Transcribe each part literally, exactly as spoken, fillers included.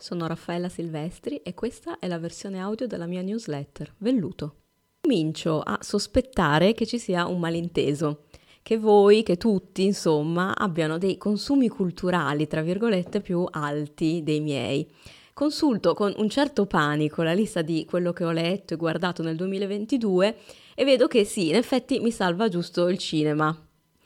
sono Raffaella Silvestri e questa è la versione audio della mia newsletter, Velluto. Comincio a sospettare che ci sia un malinteso, che voi, che tutti, insomma, abbiano dei consumi culturali, tra virgolette, più alti dei miei. Consulto con un certo panico la lista di quello che ho letto e guardato nel duemilaventidue e vedo che sì, in effetti mi salva giusto il cinema.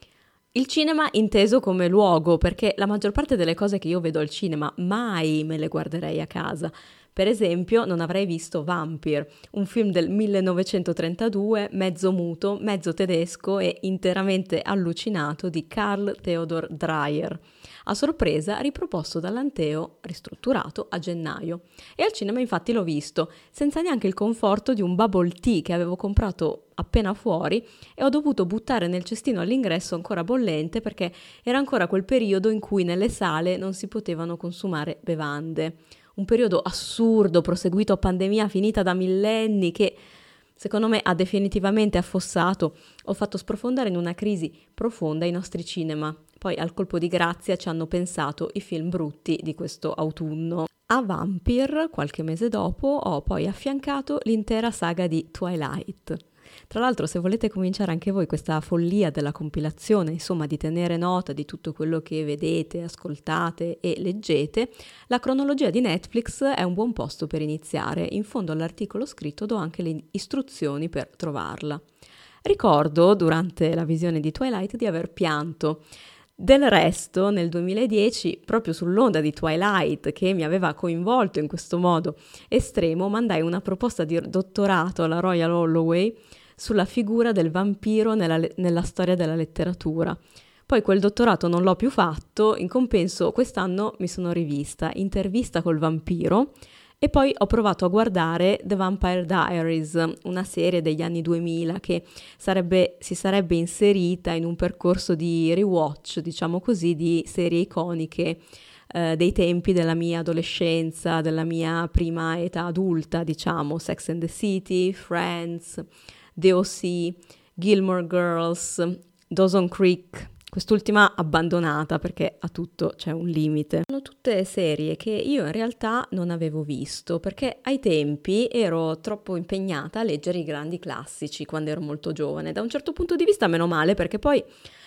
Il cinema inteso come luogo, perché la maggior parte delle cose che io vedo al cinema mai me le guarderei a casa. Per esempio, non avrei visto Vampire, un film del millenovecentotrentadue, mezzo muto, mezzo tedesco e interamente allucinato di Karl Theodor Dreyer, a sorpresa riproposto dall'Anteo, ristrutturato a gennaio. E al cinema infatti l'ho visto, senza neanche il conforto di un bubble tea che avevo comprato appena fuori e ho dovuto buttare nel cestino all'ingresso ancora bollente perché era ancora quel periodo in cui nelle sale non si potevano consumare bevande. Un periodo assurdo, proseguito a pandemia finita da millenni che secondo me ha definitivamente affossato o fatto sprofondare in una crisi profonda i nostri cinema. Poi al colpo di grazia ci hanno pensato i film brutti di questo autunno. A Vampire, qualche mese dopo, ho poi affiancato l'intera saga di Twilight. Tra l'altro, se volete cominciare anche voi questa follia della compilazione, insomma di tenere nota di tutto quello che vedete, ascoltate e leggete, la cronologia di Netflix è un buon posto per iniziare. In fondo all'articolo scritto do anche le istruzioni per trovarla. Ricordo, durante la visione di Twilight, di aver pianto. Del resto, nel duemiladieci, proprio sull'onda di Twilight, che mi aveva coinvolto in questo modo estremo, mandai una proposta di dottorato alla Royal Holloway sulla figura del vampiro nella, nella storia della letteratura. Poi quel dottorato non l'ho più fatto, in compenso quest'anno mi sono rivista Intervista col vampiro e poi ho provato a guardare The Vampire Diaries, una serie degli anni duemila che sarebbe, si sarebbe inserita in un percorso di rewatch, diciamo così, di serie iconiche eh, dei tempi della mia adolescenza, della mia prima età adulta, diciamo, Sex and the City, Friends, The O C, Gilmore Girls, Dawson Creek, quest'ultima abbandonata perché a tutto c'è un limite. Sono tutte serie che io in realtà non avevo visto perché ai tempi ero troppo impegnata a leggere i grandi classici quando ero molto giovane. Da un certo punto di vista meno male perché poi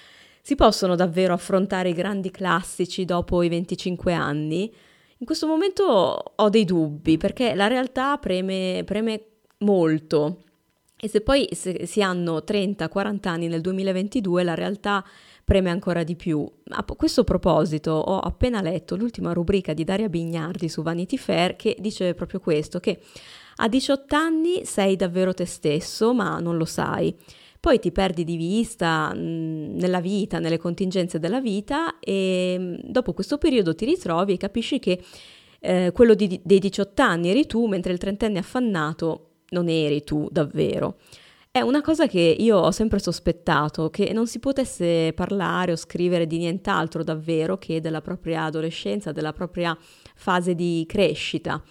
si possono davvero affrontare i grandi classici dopo i venticinque anni. In questo momento ho dei dubbi perché la realtà preme, preme molto. E se poi se si hanno trenta quaranta anni nel duemilaventidue, la realtà preme ancora di più. A questo proposito ho appena letto l'ultima rubrica di Daria Bignardi su Vanity Fair che dice proprio questo, che a diciotto anni sei davvero te stesso, ma non lo sai. Poi ti perdi di vista mh, nella vita, nelle contingenze della vita e mh, dopo questo periodo ti ritrovi e capisci che eh, quello di, dei diciotto anni eri tu, mentre il trentenne affannato non eri tu davvero. È una cosa che io ho sempre sospettato, che non si potesse parlare o scrivere di nient'altro davvero che della propria adolescenza, della propria fase di crescita.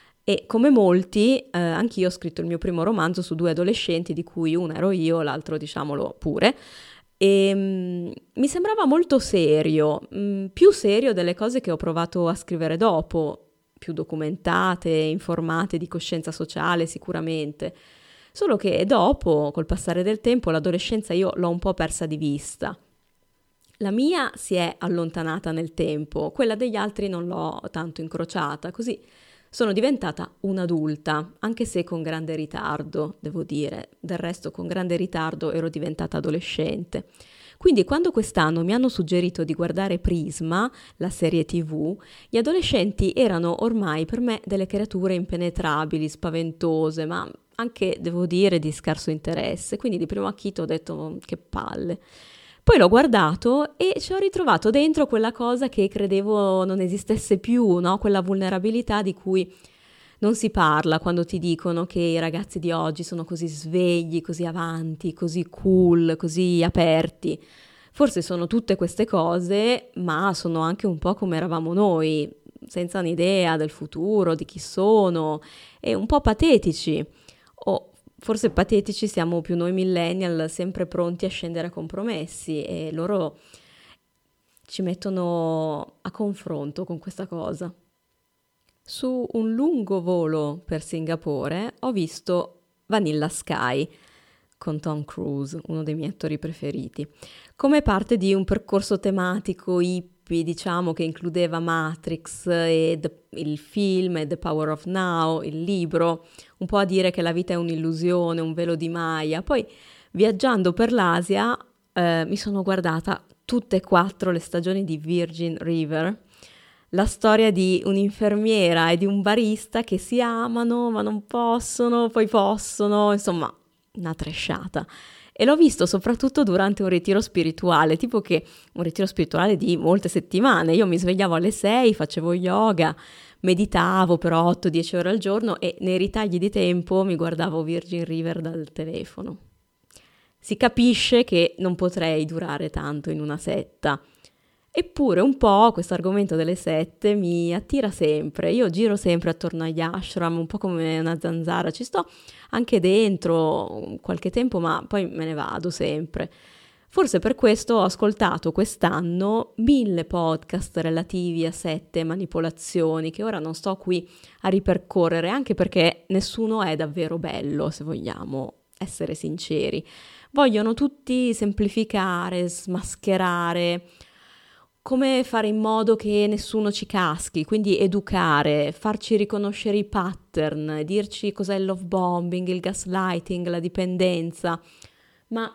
E come molti, eh, anch'io ho scritto il mio primo romanzo su due adolescenti, di cui una ero io, l'altro diciamolo pure, e mh, mi sembrava molto serio, mh, più serio delle cose che ho provato a scrivere dopo, più documentate, informate di coscienza sociale sicuramente. Solo che dopo, col passare del tempo, l'adolescenza io l'ho un po' persa di vista. La mia si è allontanata nel tempo, quella degli altri non l'ho tanto incrociata, così sono diventata un'adulta, anche se con grande ritardo, devo dire. Del resto con grande ritardo ero diventata adolescente. Quindi quando quest'anno mi hanno suggerito di guardare Prisma, la serie tivù, gli adolescenti erano ormai per me delle creature impenetrabili, spaventose, ma anche, devo dire, di scarso interesse. Quindi di primo acchito ho detto che palle. Poi l'ho guardato e ci ho ritrovato dentro quella cosa che credevo non esistesse più, no? Quella vulnerabilità di cui non si parla quando ti dicono che i ragazzi di oggi sono così svegli, così avanti, così cool, così aperti. Forse sono tutte queste cose, ma sono anche un po' come eravamo noi, senza un'idea del futuro, di chi sono, e un po' patetici. O forse patetici siamo più noi millennial, sempre pronti a scendere a compromessi, e loro ci mettono a confronto con questa cosa. su un lungo volo per Singapore ho visto Vanilla Sky con Tom Cruise, uno dei miei attori preferiti, come parte di un percorso tematico hippie, diciamo, che includeva Matrix e The, il film e The Power of Now, il libro, un po' a dire che la vita è un'illusione, un velo di Maya. Poi, viaggiando per l'Asia, eh, mi sono guardata tutte e quattro le stagioni di Virgin River, la storia di un'infermiera e di un barista che si amano ma non possono, poi possono, insomma, una tresciata. E l'ho visto soprattutto durante un ritiro spirituale, tipo che un ritiro spirituale di molte settimane. Io mi svegliavo alle sei, facevo yoga, meditavo per otto dieci ore al giorno e nei ritagli di tempo mi guardavo Virgin River dal telefono. Si capisce che non potrei durare tanto in una setta. Eppure un po' questo argomento delle sette mi attira sempre. Io giro sempre attorno agli ashram, un po' come una zanzara. Ci sto anche dentro qualche tempo, ma poi me ne vado sempre. Forse per questo ho ascoltato quest'anno mille podcast relativi a sette e manipolazioni, che ora non sto qui a ripercorrere, anche perché nessuno è davvero bello, se vogliamo essere sinceri. Vogliono tutti semplificare, smascherare, come fare in modo che nessuno ci caschi, quindi educare, farci riconoscere i pattern, dirci cos'è il love bombing, il gaslighting, la dipendenza, ma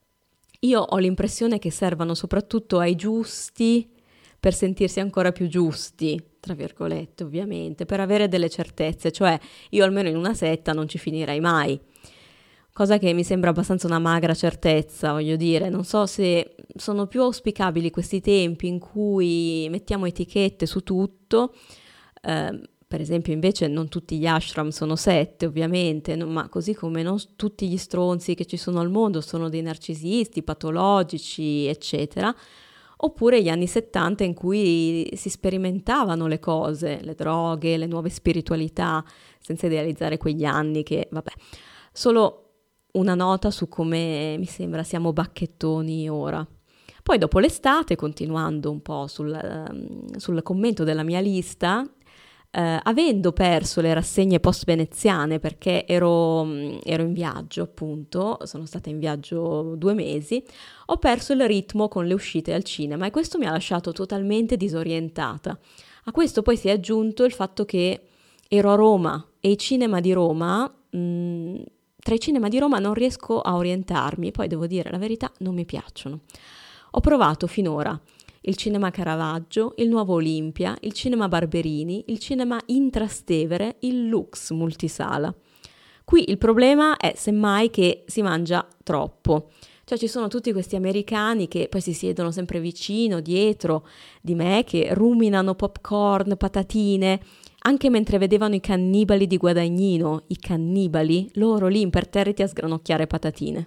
io ho l'impressione che servano soprattutto ai giusti per sentirsi ancora più giusti, tra virgolette ovviamente, per avere delle certezze, cioè io almeno in una setta non ci finirei mai. Cosa che mi sembra abbastanza una magra certezza, voglio dire, non so se sono più auspicabili questi tempi in cui mettiamo etichette su tutto, eh, per esempio invece non tutti gli ashram sono sette ovviamente, no, ma così come non tutti gli stronzi che ci sono al mondo sono dei narcisisti, patologici, eccetera, oppure gli anni settanta in cui si sperimentavano le cose, le droghe, le nuove spiritualità, senza idealizzare quegli anni che, vabbè, solo una nota su come mi sembra siamo bacchettoni ora. Poi dopo l'estate, continuando un po' sul, um, sul commento della mia lista, uh, avendo perso le rassegne post-veneziane perché ero, um, ero in viaggio appunto, sono stata in viaggio due mesi, ho perso il ritmo con le uscite al cinema e questo mi ha lasciato totalmente disorientata. A questo poi si è aggiunto il fatto che ero a Roma e i cinema di Roma... Mh, Tra i cinema di Roma non riesco a orientarmi, poi devo dire la verità, non mi piacciono. Ho provato finora il cinema Caravaggio, il Nuovo Olimpia, il cinema Barberini, il cinema in Trastevere, il Lux Multisala. Qui il problema è semmai che si mangia troppo. Cioè ci sono tutti questi americani che poi si siedono sempre vicino, dietro di me, che ruminano popcorn, patatine, anche mentre vedevano i cannibali di Guadagnino, i cannibali, loro lì imperterriti a sgranocchiare patatine.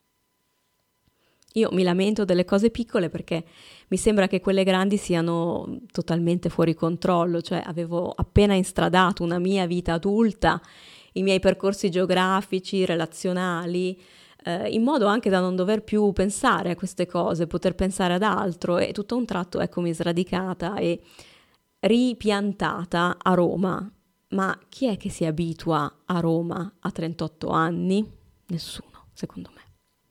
Io mi lamento delle cose piccole perché mi sembra che quelle grandi siano totalmente fuori controllo, cioè avevo appena instradato una mia vita adulta, i miei percorsi geografici, relazionali, eh, in modo anche da non dover più pensare a queste cose, poter pensare ad altro e tutto a un tratto eccomi sradicata e ripiantata a Roma. Ma chi è che si abitua a Roma a trentotto anni? Nessuno, secondo me.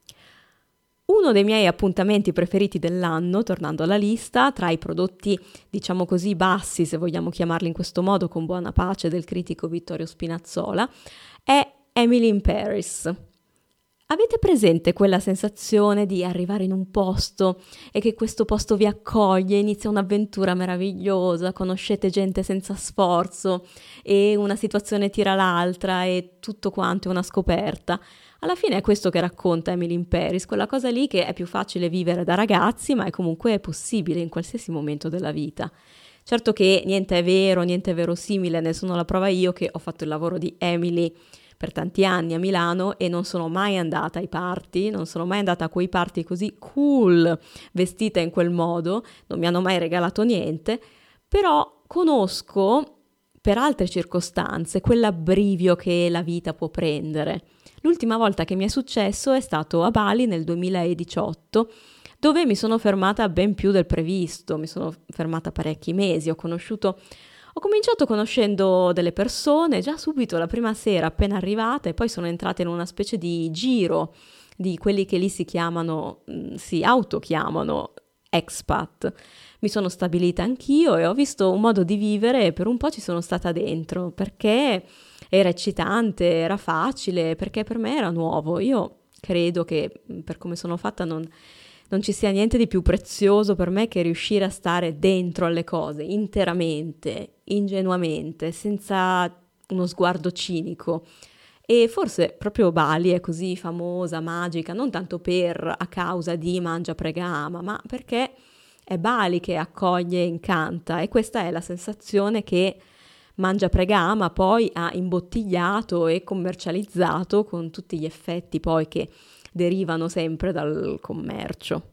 Uno dei miei appuntamenti preferiti dell'anno, tornando alla lista, tra i prodotti, diciamo così, bassi, se vogliamo chiamarli in questo modo, con buona pace del critico Vittorio Spinazzola, è Emily in Paris. Avete presente quella sensazione di arrivare in un posto e che questo posto vi accoglie, inizia un'avventura meravigliosa, conoscete gente senza sforzo e una situazione tira l'altra e tutto quanto è una scoperta? Alla fine è questo che racconta Emily in Paris, quella cosa lì che è più facile vivere da ragazzi, ma è comunque possibile in qualsiasi momento della vita. Certo che niente è vero, niente è verosimile, ne sono la prova io che ho fatto il lavoro di Emily per tanti anni a Milano e non sono mai andata ai party, non sono mai andata a quei party così cool, vestita in quel modo, non mi hanno mai regalato niente, però conosco per altre circostanze quell'abbrivio che la vita può prendere. L'ultima volta che mi è successo è stato a Bali nel duemiladiciotto, dove mi sono fermata ben più del previsto, mi sono fermata parecchi mesi, ho conosciuto Ho cominciato conoscendo delle persone, già subito la prima sera appena arrivata, e poi sono entrata in una specie di giro di quelli che lì si chiamano, si autochiamano expat. Mi sono stabilita anch'io e ho visto un modo di vivere e per un po' ci sono stata dentro, perché era eccitante, era facile, perché per me era nuovo. Io credo che per come sono fatta non... Non ci sia niente di più prezioso per me che riuscire a stare dentro alle cose, interamente, ingenuamente, senza uno sguardo cinico. E forse proprio Bali è così famosa, magica, non tanto per a causa di mangia, prega, ama, ma perché è Bali che accoglie e incanta, e questa è la sensazione che Mangia, prega, ama poi ha imbottigliato e commercializzato con tutti gli effetti poi che derivano sempre dal commercio.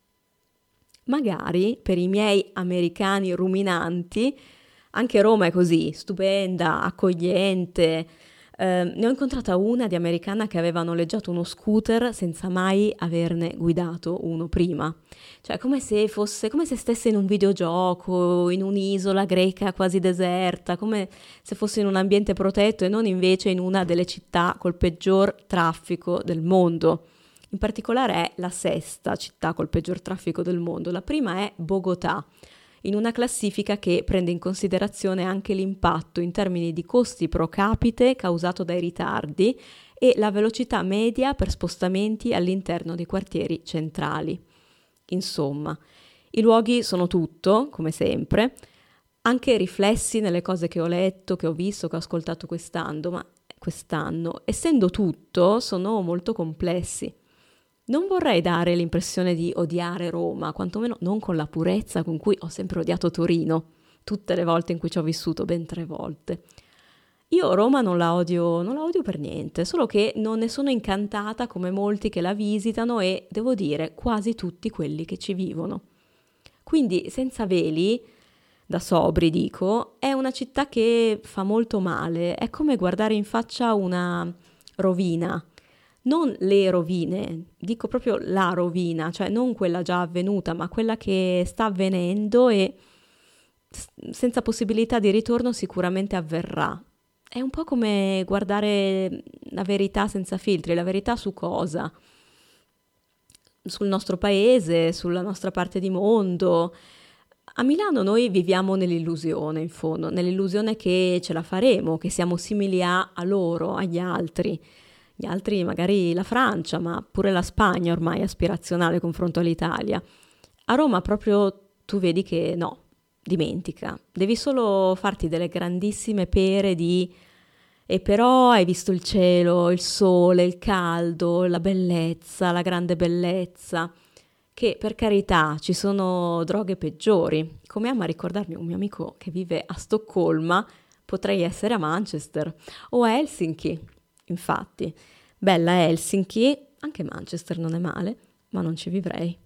Magari per i miei americani ruminanti anche Roma è così, stupenda, accogliente. Eh, ne ho incontrata una di americana che aveva noleggiato uno scooter senza mai averne guidato uno prima. Cioè, come se fosse, come se stesse in un videogioco, in un'isola greca quasi deserta, come se fosse in un ambiente protetto e non invece in una delle città col peggior traffico del mondo. In particolare è la sesta città col peggior traffico del mondo. La prima è Bogotà, in una classifica che prende in considerazione anche l'impatto in termini di costi pro capite causato dai ritardi e la velocità media per spostamenti all'interno dei quartieri centrali. Insomma, i luoghi sono tutto, come sempre, anche riflessi nelle cose che ho letto, che ho visto, che ho ascoltato quest'anno, ma quest'anno, essendo tutto, sono molto complessi. Non vorrei dare l'impressione di odiare Roma, quantomeno non con la purezza con cui ho sempre odiato Torino, tutte le volte in cui ci ho vissuto, ben tre volte. Io Roma non la odio, non la odio per niente, solo che non ne sono incantata come molti che la visitano e, devo dire, quasi tutti quelli che ci vivono. Quindi, senza veli, da sobri dico, è una città che fa molto male, è come guardare in faccia una rovina. Non le rovine, dico proprio la rovina, cioè non quella già avvenuta, ma quella che sta avvenendo e senza possibilità di ritorno sicuramente avverrà. È un po' come guardare la verità senza filtri, la verità su cosa? Sul nostro paese, sulla nostra parte di mondo. A Milano noi viviamo nell'illusione, in fondo, nell'illusione che ce la faremo, che siamo simili a, a loro, agli altri. Gli altri magari la Francia, ma pure la Spagna ormai è aspirazionale confronto all'Italia. A Roma proprio tu vedi che no, dimentica. Devi solo farti delle grandissime pere di e però hai visto il cielo, il sole, il caldo, la bellezza, la grande bellezza, che per carità ci sono droghe peggiori. Come ama ricordarmi un mio amico che vive a Stoccolma, potrei essere a Manchester o a Helsinki. Infatti, bella Helsinki, anche Manchester non è male, ma non ci vivrei.